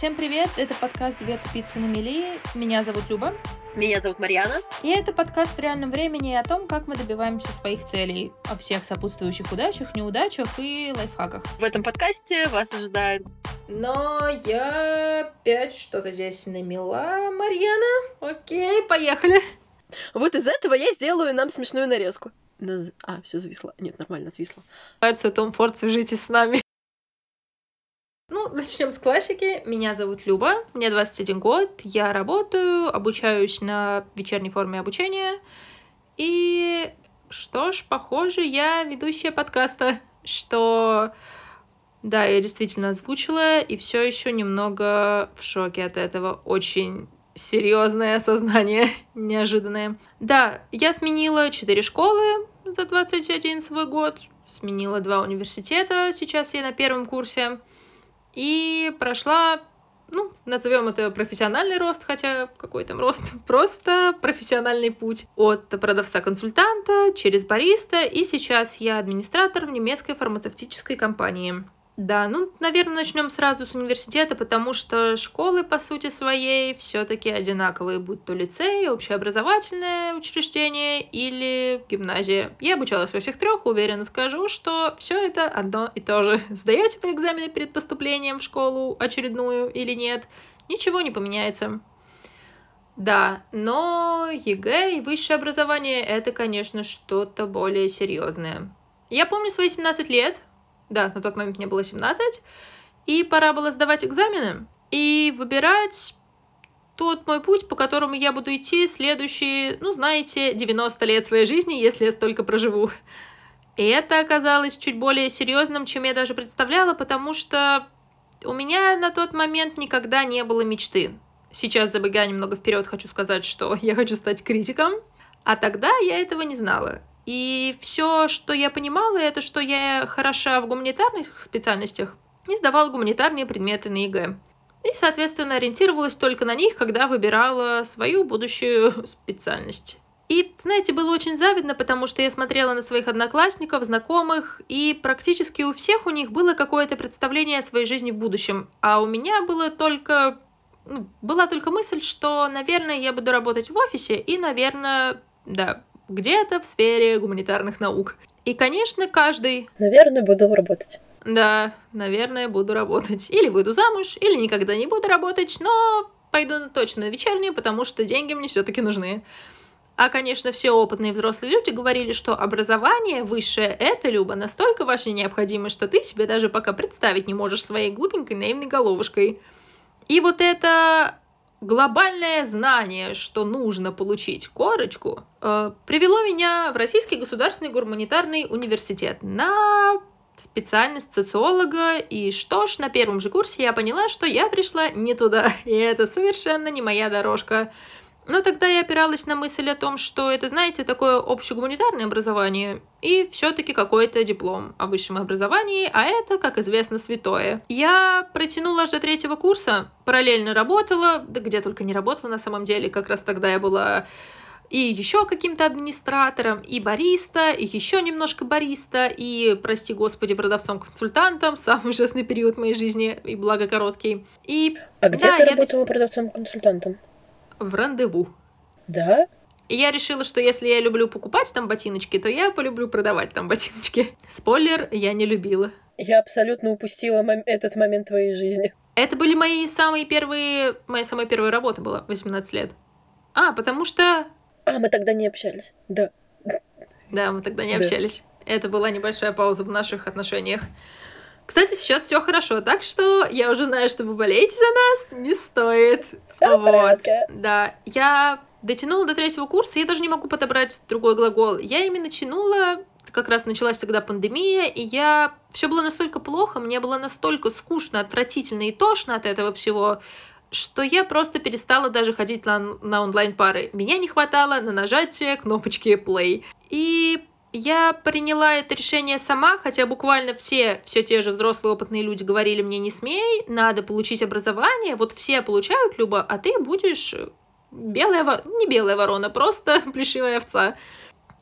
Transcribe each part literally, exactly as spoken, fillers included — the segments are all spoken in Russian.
Всем привет, это подкаст «Две тупицы на мели». Меня зовут Люба. Меня зовут Марьяна. И это подкаст в реальном времени о том, как мы добиваемся своих целей, о всех сопутствующих удачах, неудачах и лайфхаках. В этом подкасте вас ожидает... Но я опять что-то здесь намела, Марьяна. Окей, поехали. Вот из этого я сделаю нам смешную нарезку. А, все зависло. Нет, нормально, отвисло. Том Форд, свяжитесь с нами. Ну, начнем с классики. Меня зовут Люба, мне двадцать один год, я работаю, обучаюсь на вечерней форме обучения. И что ж, похоже, я ведущая подкаста, что... Да, я действительно озвучила, и все еще немного в шоке от этого. Очень серьезное осознание, неожиданное. Да, я сменила четыре школы за двадцать один свой год, сменила два университета, сейчас я на первом курсе. И прошла, ну, назовем это профессиональный рост, хотя какой там рост, просто профессиональный путь. От продавца-консультанта через бариста, и сейчас я администратор в немецкой фармацевтической компании. Да, ну, наверное, начнем сразу с университета, потому что школы, по сути своей, все-таки одинаковые, будь то лицей, общеобразовательное учреждение или гимназия. Я обучалась во всех трех, уверенно скажу, что все это одно и то же. Сдаете по экзамены перед поступлением в школу очередную или нет, ничего не поменяется. Да, но ЕГЭ и высшее образование — это, конечно, что-то более серьезное. Я помню свои семнадцать лет. Да, на тот момент мне было семнадцать, и пора было сдавать экзамены и выбирать тот мой путь, по которому я буду идти следующие, ну, знаете, девяносто лет своей жизни, если я столько проживу. И это оказалось чуть более серьезным, чем я даже представляла, потому что у меня на тот момент никогда не было мечты. Сейчас, забегая немного вперед, хочу сказать, что я хочу стать критиком, а тогда я этого не знала. И все, что я понимала, это что я хороша в гуманитарных специальностях и сдавала гуманитарные предметы на ЕГЭ. И, соответственно, ориентировалась только на них, когда выбирала свою будущую специальность. И, знаете, было очень завидно, потому что я смотрела на своих одноклассников, знакомых, и практически у всех у них было какое-то представление о своей жизни в будущем. А у меня было только... Ну, была только мысль, что, наверное, я буду работать в офисе и, наверное, да... где-то в сфере гуманитарных наук. И, конечно, каждый... Наверное, буду работать. Да, наверное, буду работать. Или выйду замуж, или никогда не буду работать, но пойду точно на вечернюю, потому что деньги мне все-таки нужны. А, конечно, все опытные взрослые люди говорили, что образование высшее — это, Люба, настолько вашей необходимо, что ты себе даже пока представить не можешь своей глупенькой наивной головушкой. И вот это... глобальное знание, что нужно получить корочку, э, привело меня в Российский государственный гуманитарный университет на специальность социолога. И что ж, на первом же курсе я поняла, что я пришла не туда, и это совершенно не моя дорожка. Но тогда я опиралась на мысль о том, что это, знаете, такое общегуманитарное образование и все-таки какой-то диплом о высшем образовании, а это, как известно, святое. Я протянула аж до третьего курса, параллельно работала, да где только не работала на самом деле, как раз тогда я была и еще каким-то администратором, и бариста, и еще немножко бариста, и, прости господи, продавцом-консультантом, самый ужасный период моей жизни, и благо короткий. И, а где да, ты я работала доч... продавцом-консультантом? В Рандеву. Да? И я решила, что если я люблю покупать там ботиночки, то я полюблю продавать там ботиночки. Спойлер, я не любила. Я абсолютно упустила мом- этот момент твоей жизни. Это были мои самые первые... Моя самая первая работа была, восемнадцать лет. А, потому что... А, мы тогда не общались. Да. Да, мы тогда не да. общались. Это была небольшая пауза в наших отношениях. Кстати, сейчас все хорошо, так что я уже знаю, что вы болеете за нас, не стоит. Всё вот. в порядке. Да, я дотянула до третьего курса, я даже не могу подобрать другой глагол. Я именно тянула, как раз началась тогда пандемия, и я... Все было настолько плохо, мне было настолько скучно, отвратительно и тошно от этого всего, что я просто перестала даже ходить на, на онлайн-пары. Меня не хватало на нажатие кнопочки play. И... Я приняла это решение сама, хотя буквально все, все те же взрослые опытные люди говорили мне: не смей, надо получить образование, вот все получают, Люба, а ты будешь белая, не белая ворона, просто плешивая овца.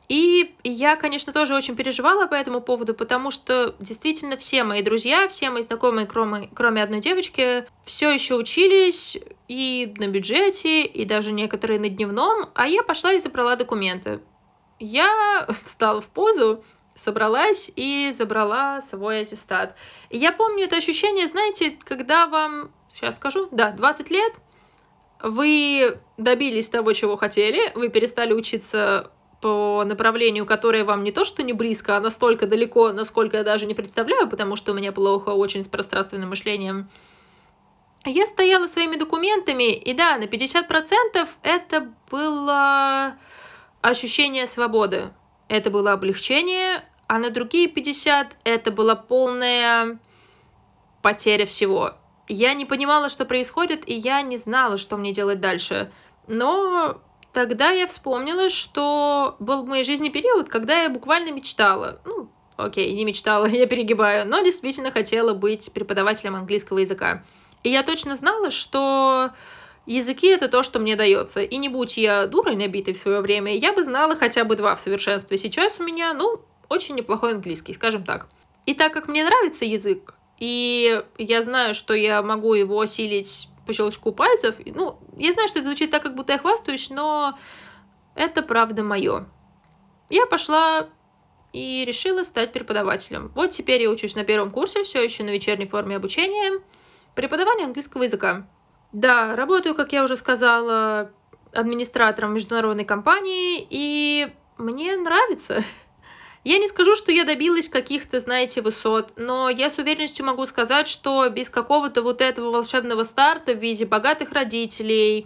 И я, конечно, тоже очень переживала по этому поводу, потому что действительно все мои друзья, все мои знакомые, кроме, кроме одной девочки, все еще учились и на бюджете, и даже некоторые на дневном, а я пошла и забрала документы. Я встала в позу, собралась и забрала свой аттестат. И я помню это ощущение, знаете, когда вам, сейчас скажу, да, двадцать лет, вы добились того, чего хотели, вы перестали учиться по направлению, которое вам не то что не близко, а настолько далеко, насколько я даже не представляю, потому что у меня плохо очень с пространственным мышлением. Я стояла своими документами, и да, на пятьдесят процентов это было ощущение свободы, это было облегчение, а на другие пятьдесят это была полная потеря всего. Я не понимала, что происходит, и я не знала, что мне делать дальше. Но тогда я вспомнила, что был в моей жизни период, когда я буквально мечтала. Ну, окей, не мечтала, я перегибаю, но действительно хотела быть преподавателем английского языка. И я точно знала, что языки — это то, что мне дается. И не будь я дурой набитой в свое время, я бы знала хотя бы два в совершенстве. Сейчас у меня, ну, очень неплохой английский, скажем так. И так как мне нравится язык, и я знаю, что я могу его осилить по щелчку пальцев, ну, я знаю, что это звучит так, как будто я хвастаюсь, но это правда мое. Я пошла и решила стать преподавателем. Вот теперь я учусь на первом курсе, все еще на вечерней форме обучения, преподавание английского языка. Да, работаю, как я уже сказала, администратором в международной компании, и мне нравится. Я не скажу, что я добилась каких-то, знаете, высот, но я с уверенностью могу сказать, что без какого-то вот этого волшебного старта в виде богатых родителей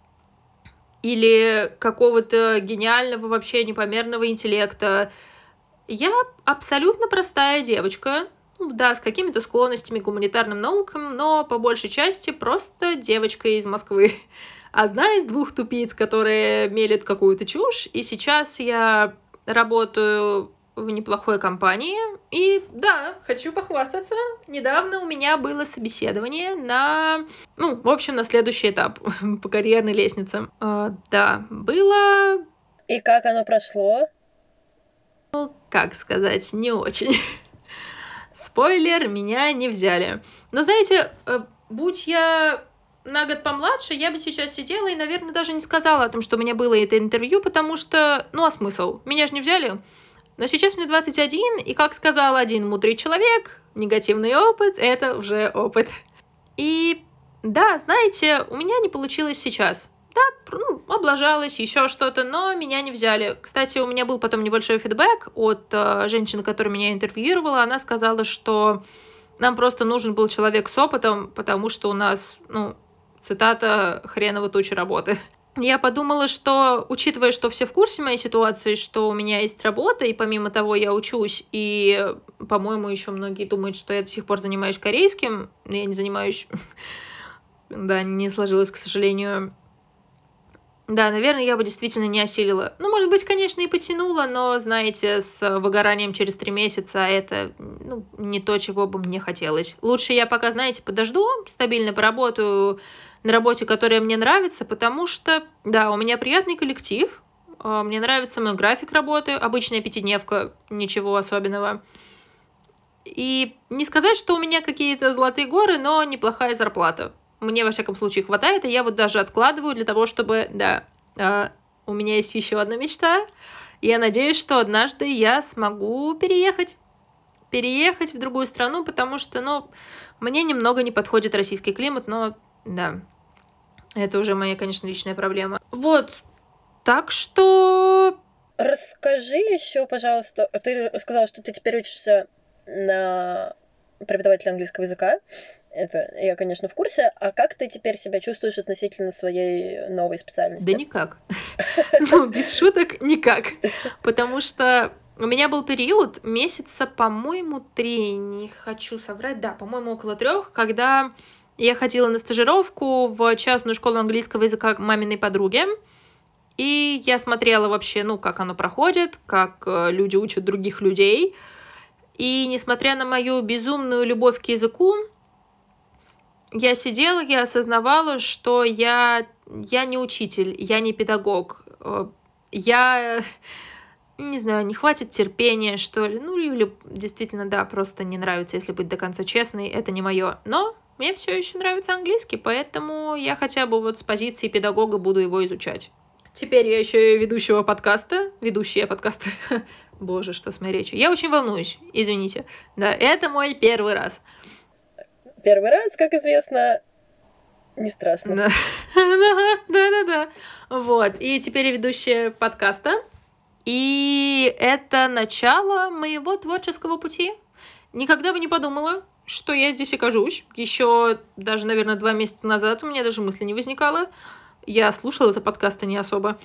или какого-то гениального, вообще непомерного интеллекта, я абсолютно простая девочка, ну, да, с какими-то склонностями к гуманитарным наукам, но по большей части просто девочка из Москвы. Одна из двух тупиц, которые мелет какую-то чушь, и сейчас я работаю в неплохой компании. И да, хочу похвастаться. Недавно у меня было собеседование на, ну, в общем, на следующий этап по карьерной лестнице. Uh, да, было... И как оно прошло? Ну, как сказать, не очень. Спойлер, меня не взяли. Но знаете, будь я на год помладше, я бы сейчас сидела и, наверное, даже не сказала о том, что у меня было это интервью, потому что, ну, а смысл? Меня же не взяли. Но сейчас мне двадцать один, и, как сказал один мудрый человек, негативный опыт — это уже опыт. И да, знаете, у меня не получилось сейчас. Да, ну, облажалась, еще что-то, но меня не взяли. Кстати, у меня был потом небольшой фидбэк от э, женщины, которая меня интервьюировала. Она сказала, что нам просто нужен был человек с опытом, потому что у нас, ну, цитата, хреново туча работы. Я подумала, что, учитывая, что все в курсе моей ситуации, что у меня есть работа, и помимо того я учусь, и, по-моему, еще многие думают, что я до сих пор занимаюсь корейским, я не занимаюсь, да, не сложилось, к сожалению. Да, наверное, я бы действительно не осилила. Ну, может быть, конечно, и потянула, но, знаете, с выгоранием через три месяца это, ну, не то, чего бы мне хотелось. Лучше я пока, знаете, подожду, стабильно поработаю на работе, которая мне нравится, потому что, да, у меня приятный коллектив, мне нравится мой график работы, обычная пятидневка, ничего особенного. И не сказать, что у меня какие-то золотые горы, но неплохая зарплата. Мне, во всяком случае, хватает, и я вот даже откладываю для того, чтобы, да, э, у меня есть еще одна мечта. Я надеюсь, что однажды я смогу переехать. Переехать в другую страну, потому что, ну, мне немного не подходит российский климат, но, да, это уже моя, конечно, личная проблема. Вот, так что... Расскажи еще, пожалуйста, ты сказала, что ты теперь учишься на преподавателя английского языка. Это я, конечно, в курсе. А как ты теперь себя чувствуешь относительно своей новой специальности? Да никак. Ну, без шуток, никак. Потому что у меня был период месяца, по-моему, три, не хочу соврать, да, по-моему, около трех, когда я ходила на стажировку в частную школу английского языка маминой подруги. И я смотрела вообще, ну, как оно проходит, как люди учат других людей. И несмотря на мою безумную любовь к языку, я сидела, я осознавала, что я, я не учитель, я не педагог. Я не знаю, не хватит терпения, что ли. Ну, или действительно, да, просто не нравится, если быть до конца честной, это не мое. Но мне все еще нравится английский, поэтому я хотя бы вот с позиции педагога буду его изучать. Теперь я еще и ведущего подкаста, ведущая подкаста. Боже, что с моей речью. Я очень волнуюсь, извините. Да, это мой первый раз. Первый раз, как известно, не страшно. Да-да-да. Вот. И теперь я ведущая подкаста. И это начало моего творческого пути. Никогда бы не подумала, что я здесь окажусь. Еще даже, наверное, два месяца назад у меня даже мысли не возникало. Я слушала это подкасты не особо.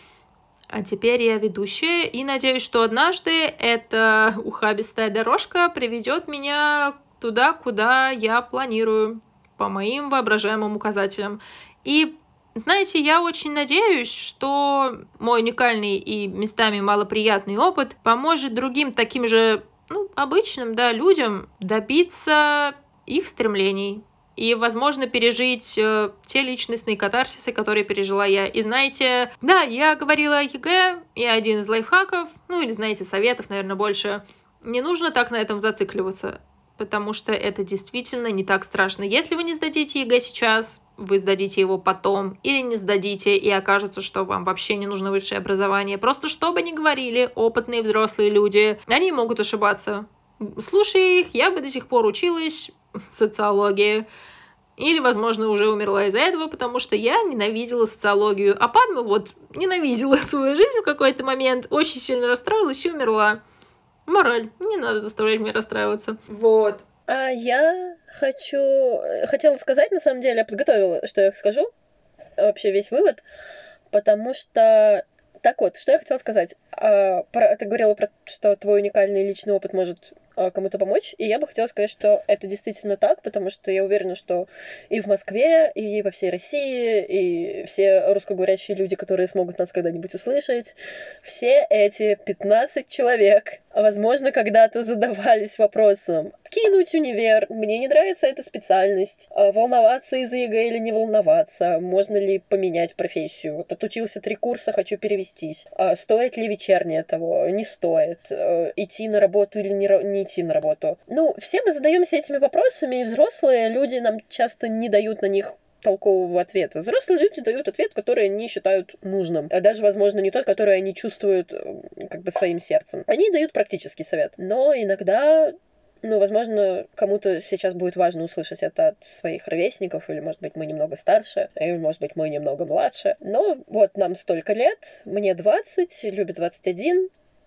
А теперь я ведущая, и надеюсь, что однажды эта ухабистая дорожка приведет меня туда, куда я планирую, по моим воображаемым указателям. И, знаете, я очень надеюсь, что мой уникальный и местами малоприятный опыт поможет другим таким же, ну, обычным, да, людям добиться их стремлений. И, возможно, пережить э, те личностные катарсисы, которые пережила я. И знаете, да, я говорила о ЕГЭ, и один из лайфхаков, ну или, знаете, советов, наверное, больше. Не нужно так на этом зацикливаться, потому что это действительно не так страшно. Если вы не сдадите ЕГЭ сейчас, вы сдадите его потом, или не сдадите, и окажется, что вам вообще не нужно высшее образование. Просто что бы ни говорили опытные взрослые люди, они могут ошибаться. Слушая их, я бы до сих пор училась социологии. Или, возможно, уже умерла из-за этого, потому что я ненавидела социологию. А Падма вот ненавидела свою жизнь в какой-то момент, очень сильно расстроилась и умерла. Мораль. Не надо заставлять меня расстраиваться. Вот. А я хочу... Хотела сказать, на самом деле, я подготовила, что я скажу. Вообще весь вывод. Потому что... Так вот, что я хотела сказать. А, про... Ты говорила про что твой уникальный личный опыт может кому-то помочь, и я бы хотела сказать, что это действительно так, потому что я уверена, что и в Москве, и во всей России, и все русскоговорящие люди, которые смогут нас когда-нибудь услышать, все эти пятнадцать человек, возможно, когда-то задавались вопросом: кинуть универ, мне не нравится эта специальность, волноваться из-за ЕГЭ или не волноваться, можно ли поменять профессию, вот отучился три курса, хочу перевестись, стоит ли вечернее того, не стоит, идти на работу или не, не идти на работу. Ну, все мы задаемся этими вопросами, и взрослые люди нам часто не дают на них толкового ответа. Взрослые люди дают ответ, который они считают нужным, а даже, возможно, не тот, который они чувствуют как бы своим сердцем. Они дают практический совет, но иногда, ну, возможно, кому-то сейчас будет важно услышать это от своих ровесников, или, может быть, мы немного старше, или, может быть, мы немного младше. Но вот нам столько лет, мне двадцать, Любе двадцать один,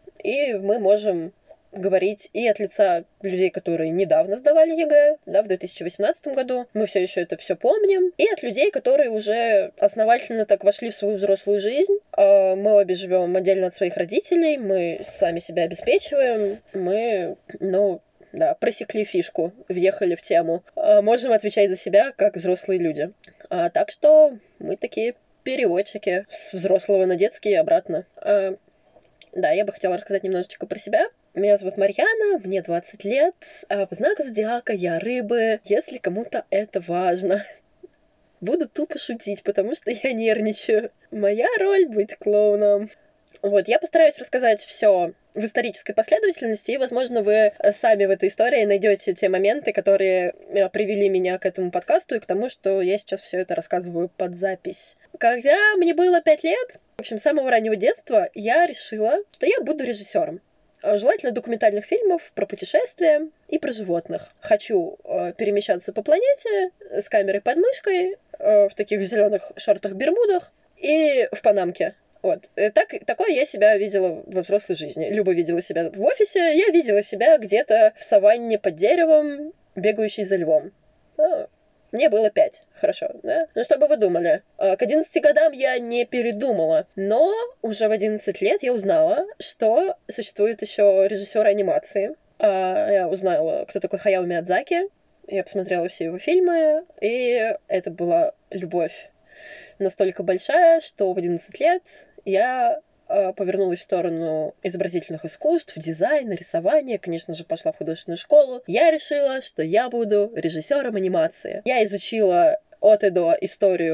и мы можем говорить и от лица людей, которые недавно сдавали ЕГЭ, да, в две тысячи восемнадцатом году, мы все еще это все помним, и от людей, которые уже основательно так вошли в свою взрослую жизнь. Мы обе живем отдельно от своих родителей, мы сами себя обеспечиваем, мы, ну, да, просекли фишку, въехали в тему, можем отвечать за себя как взрослые люди. Так что мы такие переводчики с взрослого на детский и обратно. Да, я бы хотела рассказать немножечко про себя. Меня зовут Марьяна, мне двадцать лет, а по знаку зодиака я рыбы, если кому-то это важно. Буду тупо шутить, потому что я нервничаю. Моя роль — быть клоуном. Вот, я постараюсь рассказать все в исторической последовательности, и, возможно, вы сами в этой истории найдете те моменты, которые привели меня к этому подкасту и к тому, что я сейчас все это рассказываю под запись. Когда мне было пять лет, в общем, с самого раннего детства, я решила, что я буду режиссером. Желательно документальных фильмов про путешествия и про животных. Хочу э, перемещаться по планете с камерой под мышкой, э, в таких зеленых шортах-бермудах и в панамке. Вот. И так, такое я себя видела во взрослой жизни. Люба видела себя в офисе, я видела себя где-то в саванне под деревом, бегающей за львом. А, мне было пять. Хорошо, да? Ну, что бы вы думали? К одиннадцати годам я не передумала, но уже в одиннадцать лет я узнала, что существует еще режиссер анимации. Я узнала, кто такой Хаяо Миядзаки. Я посмотрела все его фильмы, и это была любовь настолько большая, что в одиннадцать лет я повернулась в сторону изобразительных искусств, дизайна, рисования, конечно же, пошла в художественную школу. Я решила, что я буду режиссером анимации. Я изучила от и до историю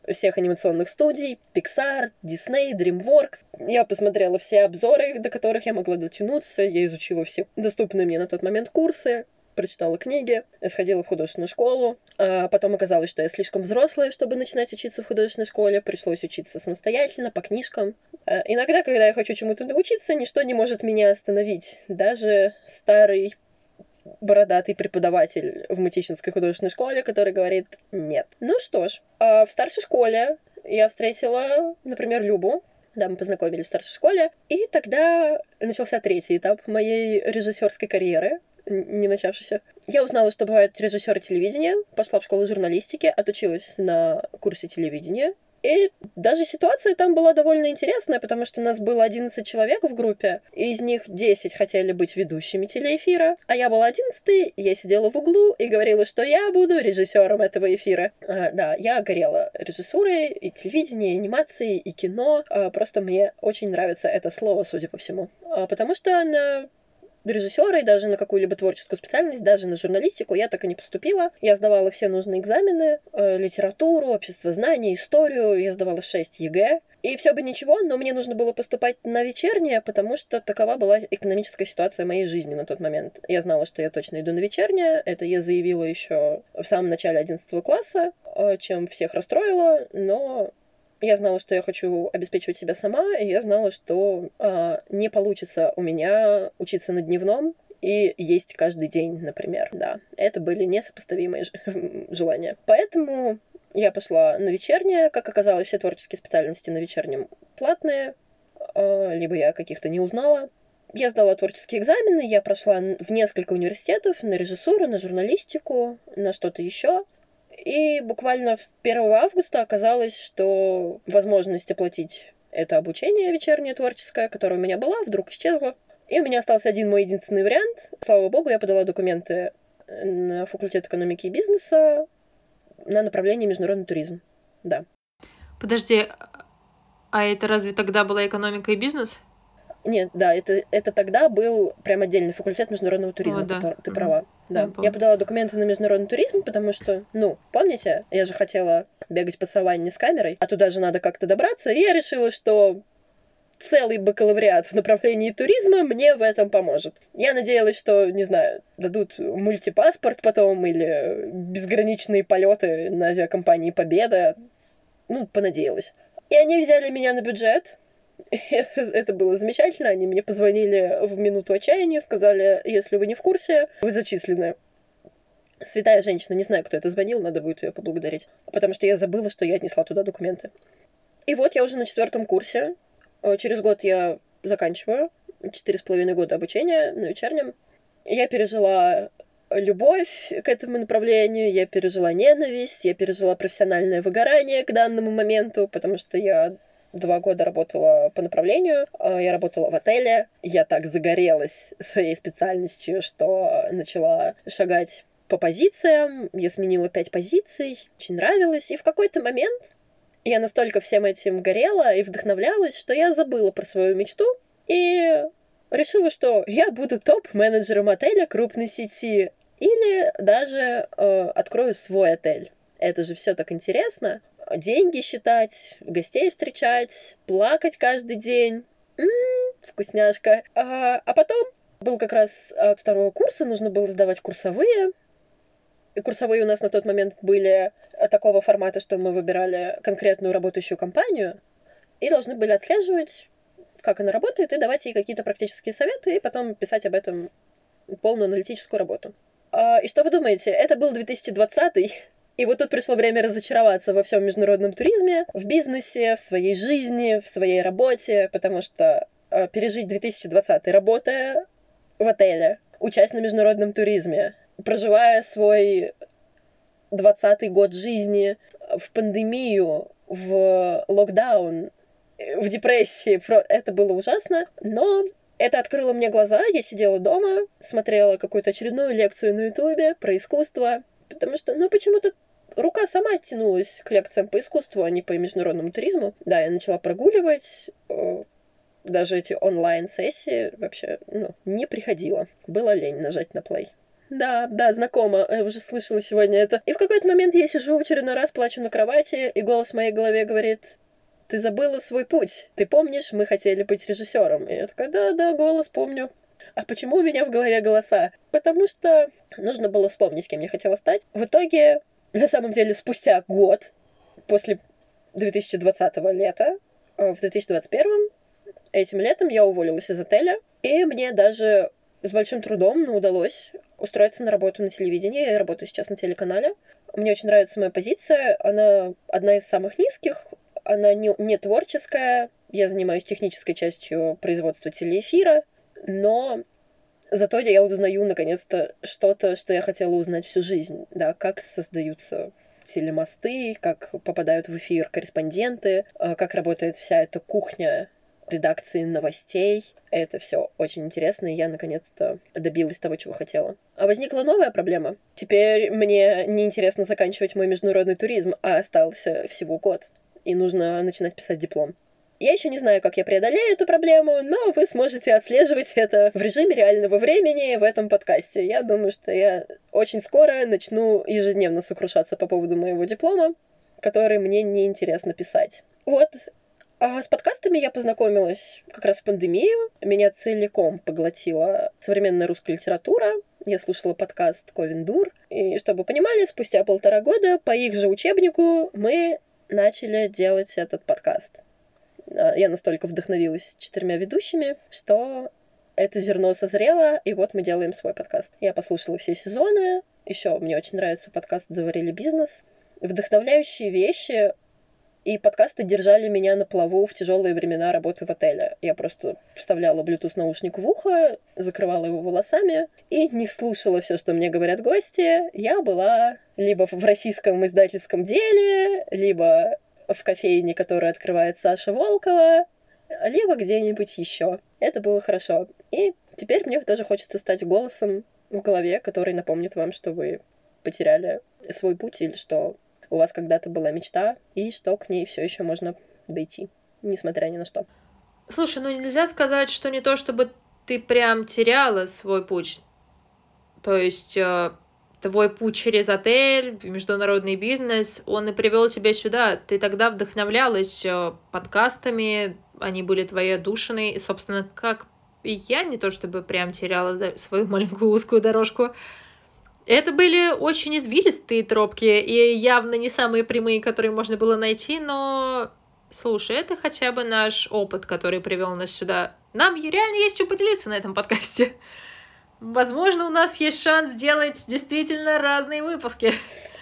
всех анимационных студий, Pixar, Disney, DreamWorks. Я посмотрела все обзоры, до которых я могла дотянуться, я изучила все доступные мне на тот момент курсы, прочитала книги, сходила в художественную школу. А потом оказалось, что я слишком взрослая, чтобы начинать учиться в художественной школе. Пришлось учиться самостоятельно, по книжкам. А иногда, когда я хочу чему-то научиться, ничто не может меня остановить. Даже старый бородатый преподаватель в Мытищинской художественной школе, который говорит «нет». Ну что ж, а в старшей школе я встретила, например, Любу. Да, мы познакомились в старшей школе. И тогда начался третий этап моей режиссерской карьеры, не начавшийся. Я узнала, что бывают режиссеры телевидения, пошла в школу журналистики, отучилась на курсе телевидения. И даже ситуация там была довольно интересная, потому что у нас было одиннадцать человек в группе, и из них десять хотели быть ведущими телеэфира, а я была одиннадцатой, я сидела в углу и говорила, что я буду режиссером этого эфира. А, да, я горела режиссурой, и телевидением, и анимацией, и кино. А, просто мне очень нравится это слово, судя по всему. А, потому что на режиссера и даже на какую-либо творческую специальность, даже на журналистику я так и не поступила. Я сдавала все нужные экзамены, э, литературу, обществознание, историю, я сдавала шесть ЕГЭ. И все бы ничего, но мне нужно было поступать на вечернее, потому что такова была экономическая ситуация моей жизни на тот момент. Я знала, что я точно иду на вечернее, это я заявила еще в самом начале одиннадцатого класса, э, чем всех расстроила, но я знала, что я хочу обеспечивать себя сама, и я знала, что э, не получится у меня учиться на дневном и есть каждый день, например. Да, это были несопоставимые желания. Поэтому я пошла на вечернее. Как оказалось, все творческие специальности на вечернем платные, э, либо я каких-то не узнала. Я сдала творческие экзамены, я прошла в несколько университетов на режиссуру, на журналистику, на что-то еще. И буквально первого августа оказалось, что возможность оплатить это обучение вечернее творческое, которое у меня была, вдруг исчезла. И у меня остался один мой единственный вариант. Слава богу, я подала документы на факультет экономики и бизнеса на направление международный туризм. Да. Подожди, а это разве тогда была экономика и бизнес? Нет, да, это, это тогда был прям отдельный факультет международного туризма, О, да. ты, ты права. Да. Я Я подала документы на международный туризм, потому что, ну, помните, я же хотела бегать по саванне с камерой, а туда же надо как-то добраться, и я решила, что целый бакалавриат в направлении туризма мне в этом поможет. Я надеялась, что, не знаю, дадут мультипаспорт потом или безграничные полеты на авиакомпании «Победа». Ну, понадеялась. И они взяли меня на бюджет. Это было замечательно. Они мне позвонили в минуту отчаяния, сказали, если вы не в курсе, вы зачислены. Святая женщина, не знаю, кто это звонил, надо будет ее поблагодарить. Потому что я забыла, что я отнесла туда документы. И вот я уже на четвертом курсе. Через год я заканчиваю. Четыре с половиной года обучения на вечернем. Я пережила любовь к этому направлению, я пережила ненависть, я пережила профессиональное выгорание к данному моменту, потому что я два года работала по направлению, я работала в отеле, я так загорелась своей специальностью, что начала шагать по позициям, я сменила пять позиций, очень нравилось, и в какой-то момент я настолько всем этим горела и вдохновлялась, что я забыла про свою мечту и решила, что я буду топ-менеджером отеля крупной сети или даже э, открою свой отель. Это же все так интересно. Деньги считать, гостей встречать, плакать каждый день. М-м, вкусняшка. А, а потом был как раз от второго курса, нужно было сдавать курсовые. И курсовые у нас на тот момент были такого формата, что мы выбирали конкретную работающую компанию и должны были отслеживать, как она работает, и давать ей какие-то практические советы, и потом писать об этом полную аналитическую работу. А, и что вы думаете? Это был две тысячи двадцатый, и вот тут пришло время разочароваться во всем международном туризме, в бизнесе, в своей жизни, в своей работе, потому что а, пережить две тысячи двадцатый, работая в отеле, учась на международном туризме, проживая свой двадцатый год жизни в пандемию, в локдаун, в депрессии, это было ужасно, но это открыло мне глаза, я сидела дома, смотрела какую-то очередную лекцию на ютубе про искусство, потому что, ну, почему-то рука сама тянулась к лекциям по искусству, а не по международному туризму. Да, я начала прогуливать, даже эти онлайн-сессии вообще, ну, не приходила. Было лень нажать на плей. Да, да, знакомо, я уже слышала сегодня это. И в какой-то момент я сижу в очередной раз, плачу на кровати, и голос в моей голове говорит: ты забыла свой путь. Ты помнишь, мы хотели быть режиссером. И я такая: да, да, голос помню. А почему у меня в голове голоса? Потому что нужно было вспомнить, кем я хотела стать. В итоге, на самом деле, спустя год, после две тысячи двадцатого лета, в две тысячи двадцать первом, этим летом я уволилась из отеля, и мне даже с большим трудом, но удалось устроиться на работу на телевидении. Я работаю сейчас на телеканале. Мне очень нравится моя позиция. Она одна из самых низких. Она не, не творческая. Я занимаюсь технической частью производства телеэфира. Но зато я узнаю, наконец-то, что-то, что я хотела узнать всю жизнь. Да, как создаются телемосты, как попадают в эфир корреспонденты, как работает вся эта кухня редакции новостей. Это все очень интересно, и я наконец-то добилась того, чего хотела. А возникла новая проблема. Теперь мне неинтересно заканчивать мой международный туризм, а остался всего год, и нужно начинать писать диплом. Я еще не знаю, как я преодолею эту проблему, но вы сможете отслеживать это в режиме реального времени в этом подкасте. Я думаю, что я очень скоро начну ежедневно сокрушаться по поводу моего диплома, который мне неинтересно писать. Вот. А с подкастами я познакомилась как раз в пандемию. Меня целиком поглотила современная русская литература. Я слушала подкаст Ковендур. И, чтобы вы понимали, спустя полтора года по их же учебнику мы начали делать этот подкаст. Я настолько вдохновилась четырьмя ведущими, что это зерно созрело, и вот мы делаем свой подкаст. Я послушала все сезоны. Еще мне очень нравится подкаст «Заварили бизнес». Вдохновляющие вещи. И подкасты держали меня на плаву в тяжелые времена работы в отеле. Я просто вставляла Bluetooth-наушник в ухо, закрывала его волосами и не слушала все, что мне говорят гости. Я была либо в российском издательском деле, либо в кофейне, которую открывает Саша Волкова, либо где-нибудь еще. Это было хорошо. И теперь мне тоже хочется стать голосом в голове, который напомнит вам, что вы потеряли свой путь или что у вас когда-то была мечта, и что к ней все еще можно дойти, несмотря ни на что. Слушай, ну нельзя сказать, что не то, чтобы ты прям теряла свой путь. То есть э, твой путь через отель, в международный бизнес, он и привел тебя сюда. Ты тогда вдохновлялась э, подкастами, они были твоей отдушиной, и, собственно, как и я, не то чтобы прям теряла свою маленькую узкую дорожку. Это были очень извилистые тропки, и явно не самые прямые, которые можно было найти, но, слушай, это хотя бы наш опыт, который привел нас сюда. Нам реально есть что поделиться на этом подкасте. Возможно, у нас есть шанс сделать действительно разные выпуски.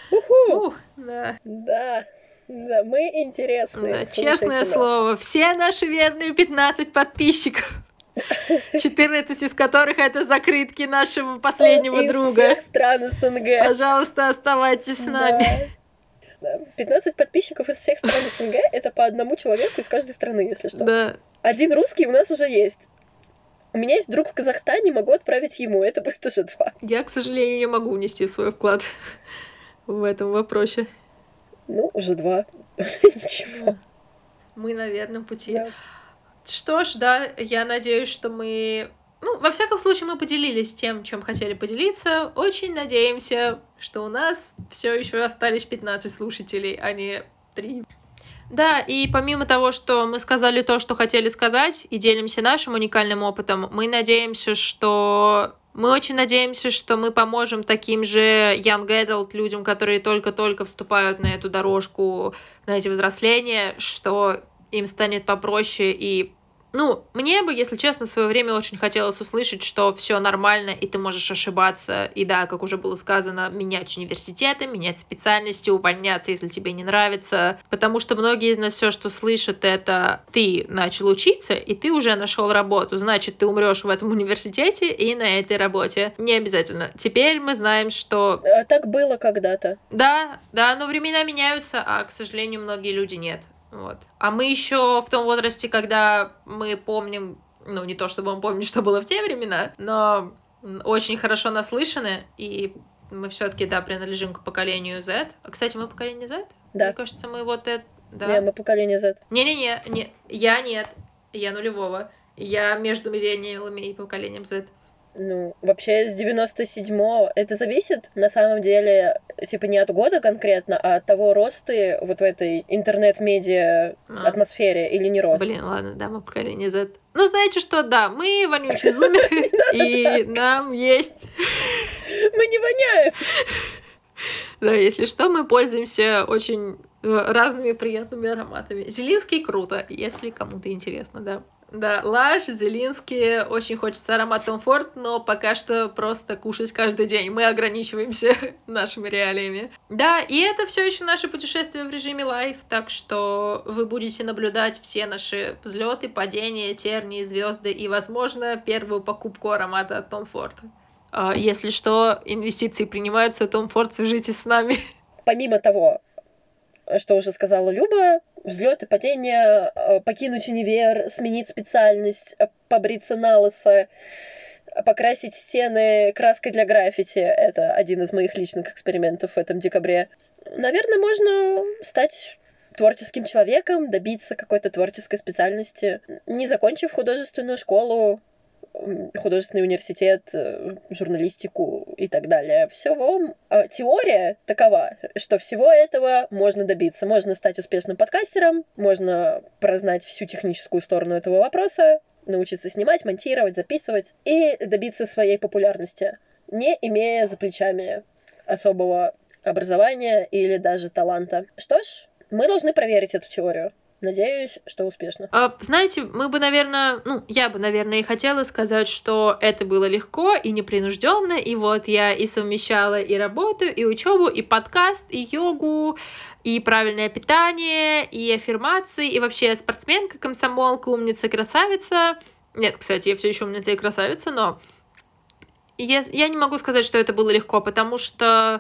Уху! Ух, да. Да, да, мы интересные. Да, честное нас. слово, все наши верные пятнадцать подписчиков. четырнадцать из которых это закрытки нашего последнего из друга. Всех стран СНГ. Пожалуйста, оставайтесь с нами. Да. пятнадцать подписчиков из всех стран СНГ — это по одному человеку из каждой страны, если что. Да. Один русский у нас уже есть. У меня есть друг в Казахстане, могу отправить ему, это будет уже два. Я, к сожалению, не могу внести свой вклад в этом вопросе. Ну, уже два. Уже ничего. Мы на верном пути. Да. Что ж, да, я надеюсь, что мы... Ну, во всяком случае, мы поделились тем, чем хотели поделиться. Очень надеемся, что у нас все еще остались пятнадцать слушателей, а не три. Да, и помимо того, что мы сказали то, что хотели сказать, и делимся нашим уникальным опытом, мы надеемся, что... Мы очень надеемся, что мы поможем таким же young adult людям, которые только-только вступают на эту дорожку, на эти взросления, что им станет попроще. И, ну, мне бы, если честно, в свое время очень хотелось услышать, что все нормально, и ты можешь ошибаться. И да, как уже было сказано, менять университеты, менять специальности, увольняться, если тебе не нравится. Потому что многие из нас все, что слышат, это ты начал учиться, и ты уже нашел работу. Значит, ты умрешь в этом университете и на этой работе. Не обязательно. Теперь мы знаем, что... Так было когда-то. Да, да, но времена меняются, а, к сожалению, многие люди нет. Вот. А мы еще в том возрасте, когда мы помним, ну, не то чтобы мы помним, что было в те времена, но очень хорошо наслышаны, и мы все-таки, да, принадлежим к поколению Z. А, кстати, мы поколение Z? Да. Мне кажется, мы вот это... Да. Не, мы поколение Z. Не-не-не, не, я нет, я нулевого. Я между миллениалами и поколением Z. Ну, вообще с девяносто седьмого это зависит на самом деле, типа, не от года конкретно, а от того, рос ты вот в этой интернет-медиа А, атмосфере или не рос. блин, ладно, да, мы поколение Z. Ну, знаете что, да, мы вонючие зумеры, и нам есть... Мы не воняем! Да, если что, мы пользуемся очень э, разными приятными ароматами. Зелинский круто, если кому-то интересно, да. Да, Лаш, Зелинский, очень хочется аромат Tom Ford, но пока что просто кушать каждый день. Мы ограничиваемся нашими реалиями. Да, и это все еще наше путешествие в режиме лайв, так что вы будете наблюдать все наши взлеты, падения, тернии, звезды и, возможно, первую покупку аромата от Tom Ford. Если что, инвестиции принимаются, Tom Ford, свяжитесь с нами. Помимо того, что уже сказала Люба, взлеты, падения, покинуть универ, сменить специальность, побриться на лысо, покрасить стены краской для граффити. Это один из моих личных экспериментов в этом декабре. Наверное, можно стать творческим человеком, добиться какой-то творческой специальности, не закончив художественную школу, художественный университет, журналистику и так далее. Всего теория такова, что всего этого можно добиться. Можно стать успешным подкастером, можно прознать всю техническую сторону этого вопроса, научиться снимать, монтировать, записывать и добиться своей популярности, не имея за плечами особого образования или даже таланта. Что ж, мы должны проверить эту теорию. Надеюсь, что успешно. А, знаете, мы бы, наверное, ну, я бы, наверное, и хотела сказать, что это было легко и непринужденно, и вот я и совмещала и работу, и учебу, и подкаст, и йогу, и правильное питание, и аффирмации, и вообще спортсменка, комсомолка, умница, красавица. Нет, кстати, я все еще умница и красавица, но я, я не могу сказать, что это было легко, потому что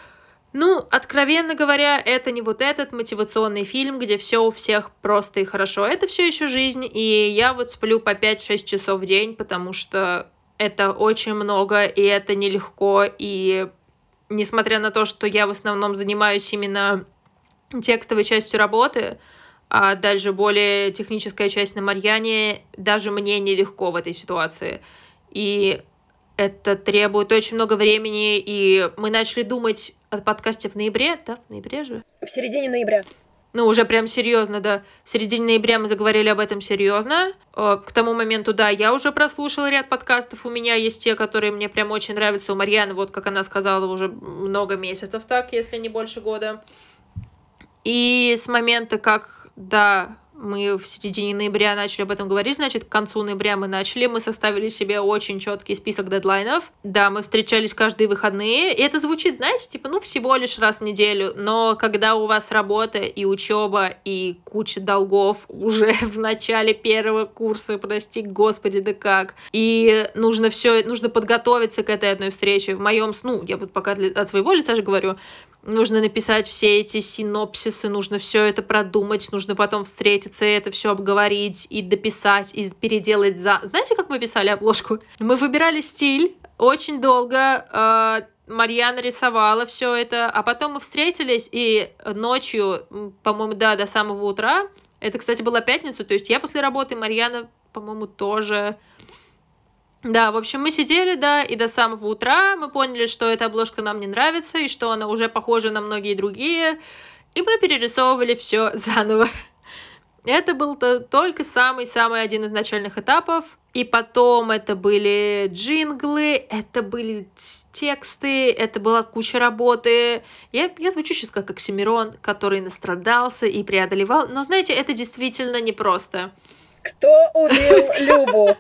ну, откровенно говоря, это не вот этот мотивационный фильм, где все у всех просто и хорошо. Это все еще жизнь, и я вот сплю по пять-шесть часов в день, потому что это очень много, и это нелегко, и несмотря на то, что я в основном занимаюсь именно текстовой частью работы, а дальше более техническая часть на Марьяне, даже мне нелегко в этой ситуации. И это требует очень много времени, и мы начали думать о подкасте в ноябре, да, в ноябре же? В середине ноября. Ну, уже прям серьезно, да. В середине ноября мы заговорили об этом серьезно. К тому моменту, да, я уже прослушала ряд подкастов. У меня есть те, которые мне прям очень нравятся. У Марьяны, вот как она сказала, уже много месяцев так, если не больше года. И с момента, как, да, мы в середине ноября начали об этом говорить, значит, к концу ноября мы начали, мы составили себе очень четкий список дедлайнов. Да, мы встречались каждые выходные, и это звучит, знаете, типа, ну, всего лишь раз в неделю, но когда у вас работа и учеба, и куча долгов уже в начале первого курса, прости господи, да как, и нужно все, нужно подготовиться к этой одной встрече. В моем, ну, я вот пока от своего лица же говорю, нужно написать все эти синопсисы, нужно все это продумать, нужно потом встретиться, это все обговорить и дописать, и переделать за... Знаете, как мы писали обложку? Мы выбирали стиль очень долго, э, Марьяна рисовала все это, а потом мы встретились, и ночью, по-моему, да, до самого утра, это, кстати, была пятница, то есть я после работы, Марьяна, по-моему, тоже... Да, в общем, мы сидели, да, и до самого утра мы поняли, что эта обложка нам не нравится, и что она уже похожа на многие другие, и мы перерисовывали все заново. Это был только самый-самый один из начальных этапов, и потом это были джинглы, это были тексты, это была куча работы. Я, я звучу сейчас как Оксимирон, который настрадался и преодолевал, но, знаете, это действительно непросто. Кто убил Любу?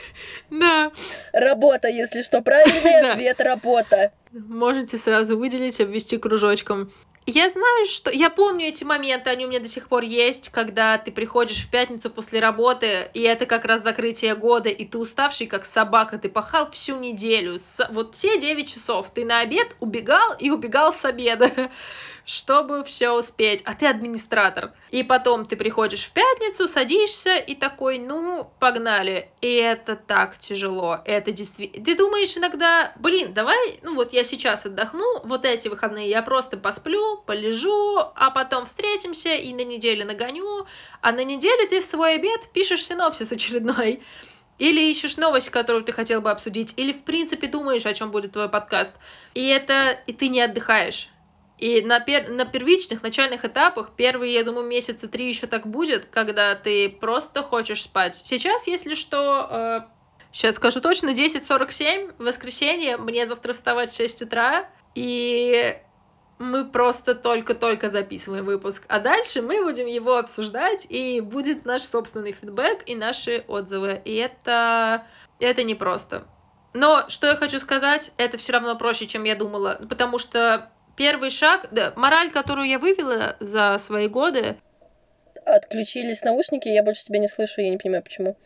Да. Работа, если что. Правильный ответ — работа. Можете сразу выделить, обвести кружочком. Я знаю, что... Я помню эти моменты, они у меня до сих пор есть, когда ты приходишь в пятницу после работы, и это как раз закрытие года, и ты уставший, как собака, ты пахал всю неделю. Вот все девять часов ты на обед убегал и убегал с обеда, чтобы все успеть, а ты администратор. И потом ты приходишь в пятницу, садишься и такой, ну, погнали. И это так тяжело, это действительно... Ты думаешь иногда, блин, давай, ну вот я сейчас отдохну, вот эти выходные я просто посплю, полежу, а потом встретимся и на неделе нагоню, а на неделе ты в свой обед пишешь синопсис очередной. Или ищешь новость, которую ты хотел бы обсудить, или в принципе думаешь, о чем будет твой подкаст. И это и ты не отдыхаешь. И на, пер... на первичных, начальных этапах, первые, я думаю, месяца три еще так будет, когда ты просто хочешь спать. Сейчас, если что, э... сейчас скажу точно, десять сорок семь, воскресенье, мне завтра вставать в шесть утра, и мы просто только-только записываем выпуск. А дальше мы будем его обсуждать, и будет наш собственный фидбэк и наши отзывы. И это, это непросто. Но что я хочу сказать, это все равно проще, чем я думала, потому что первый шаг, да, мораль, которую я вывела за свои годы... Отключились наушники, я больше тебя не слышу, я не понимаю, почему.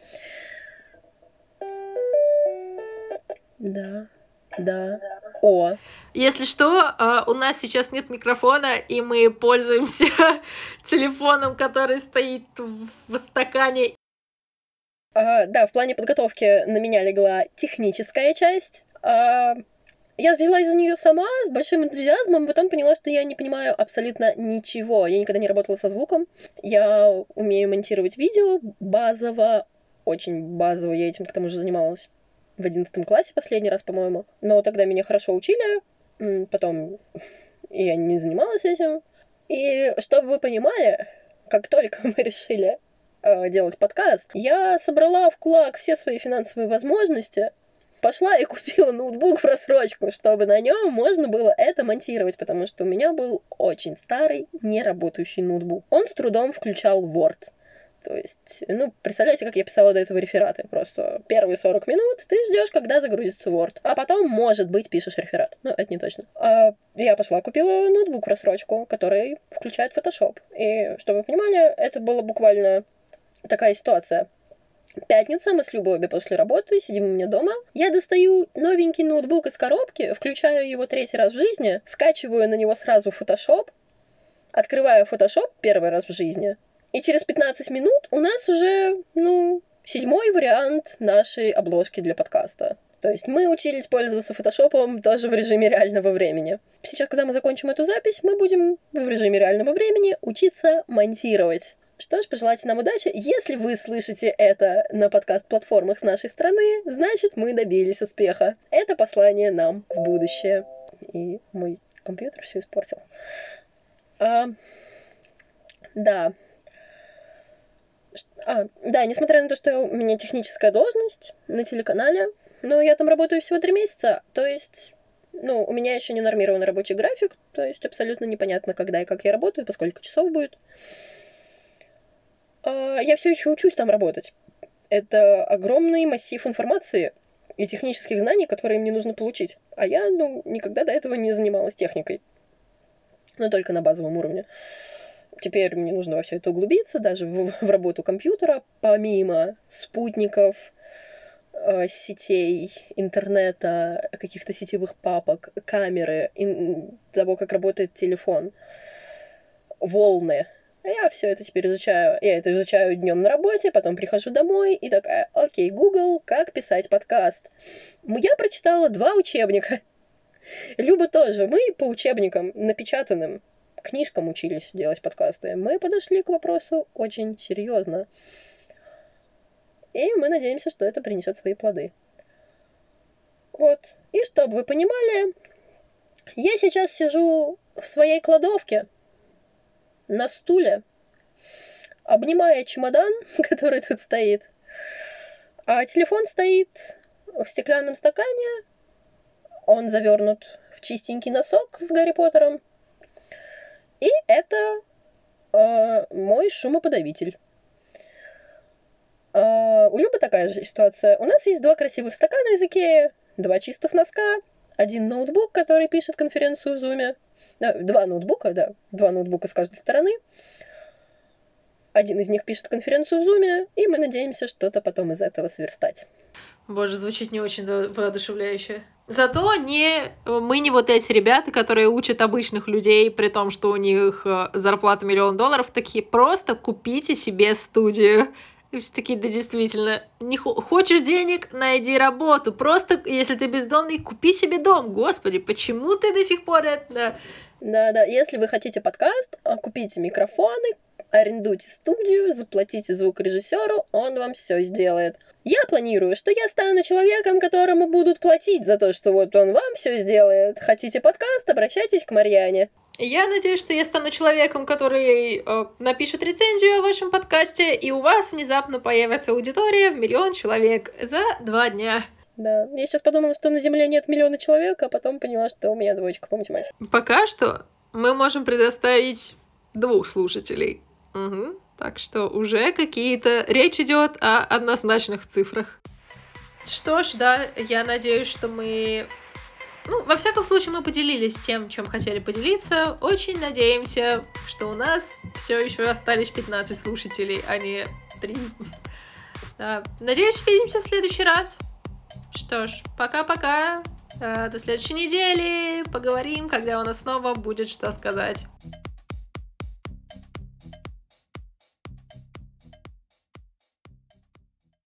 Да, да. О. Если что, у нас сейчас нет микрофона, и мы пользуемся телефоном, который стоит в стакане. А, да, в плане подготовки на меня легла техническая часть. А, я взялась за нее сама с большим энтузиазмом, потом поняла, что я не понимаю абсолютно ничего. Я никогда не работала со звуком. Я умею монтировать видео базово, очень базово. Я этим к тому же занималась в одиннадцатом классе последний раз, по-моему. Но тогда меня хорошо учили, потом я не занималась этим. И чтобы вы понимали, как только мы решили э, делать подкаст, я собрала в кулак все свои финансовые возможности, пошла и купила ноутбук в рассрочку, чтобы на нем можно было это монтировать, потому что у меня был очень старый, неработающий ноутбук. Он с трудом включал Word. То есть, ну, представляете, как я писала до этого рефераты. Просто первые сорок минут ты ждешь, когда загрузится Word. А потом, может быть, пишешь реферат. Ну, это не точно. А я пошла, купила ноутбук в рассрочку, который включает Photoshop. И, чтобы вы понимали, это была буквально такая ситуация. Пятница, мы с Любой обе после работы, сидим у меня дома. Я достаю новенький ноутбук из коробки, включаю его третий раз в жизни, скачиваю на него сразу Photoshop, открываю Photoshop первый раз в жизни, и через пятнадцать минут у нас уже, ну, седьмой вариант нашей обложки для подкаста. То есть мы учились пользоваться фотошопом тоже в режиме реального времени. Сейчас, когда мы закончим эту запись, мы будем в режиме реального времени учиться монтировать. Что ж, пожелайте нам удачи. Если вы слышите это на подкаст-платформах с нашей страны, значит, мы добились успеха. Это послание нам в будущее. И мой компьютер все испортил. А, да. А, да, несмотря на то, что у меня техническая должность на телеканале, но я там работаю всего три месяца, то есть, ну, у меня еще не нормированный рабочий график, то есть абсолютно непонятно, когда и как я работаю, по сколько часов будет. А, я все еще учусь там работать. Это огромный массив информации и технических знаний, которые мне нужно получить. А я, ну, никогда до этого не занималась техникой. Но только на базовом уровне. Теперь мне нужно во все это углубиться, даже в, в работу компьютера, помимо спутников, э, сетей, интернета, каких-то сетевых папок, камеры, ин, того, как работает телефон, волны. Я все это теперь изучаю. Я это изучаю днем на работе, потом прихожу домой и такая: окей, Google, как писать подкаст. Я прочитала два учебника. Люба тоже. Мы по учебникам напечатанным книжкам учились делать подкасты. Мы подошли к вопросу очень серьезно. И мы надеемся, что это принесет свои плоды. Вот. И чтобы вы понимали, я сейчас сижу в своей кладовке на стуле, обнимая чемодан, который тут стоит. А телефон стоит в стеклянном стакане. Он завернут в чистенький носок с Гарри Поттером. И это э, мой шумоподавитель. Э, у Любы такая же ситуация. У нас есть два красивых стакана из Икеи, два чистых носка, один ноутбук, который пишет конференцию в Zoom. Да, два ноутбука, да, два ноутбука с каждой стороны. Один из них пишет конференцию в Zoom, и мы надеемся что-то потом из этого сверстать. Боже, звучит не очень воодушевляюще. Зато не, мы не вот эти ребята, которые учат обычных людей, при том, что у них зарплата миллион долларов, такие: просто купите себе студию. И все такие: да действительно, не хочешь денег, найди работу. Просто, если ты бездомный, купи себе дом. Господи, почему ты до сих пор это... Да-да, если вы хотите подкаст, купите микрофоны, арендуйте студию, заплатите звукорежиссеру, он вам все сделает. Я планирую, что я стану человеком, которому будут платить за то, что вот он вам все сделает. Хотите подкаст, обращайтесь к Марьяне. Я надеюсь, что я стану человеком, который э, напишет рецензию о вашем подкасте, и у вас внезапно появится аудитория в миллион человек за два дня. Да, я сейчас подумала, что на Земле нет миллиона человек, а потом поняла, что у меня двоечка по математике. Пока что мы можем предоставить двух слушателей. Угу. Так что уже какие-то... Речь идет о однозначных цифрах. Что ж, да, я надеюсь, что мы... Ну, во всяком случае, мы поделились тем, чем хотели поделиться. Очень надеемся, что у нас все еще остались пятнадцать слушателей, а не три. Да. Надеюсь, увидимся в следующий раз. Что ж, пока-пока. До следующей недели. Поговорим, когда у нас снова будет что сказать.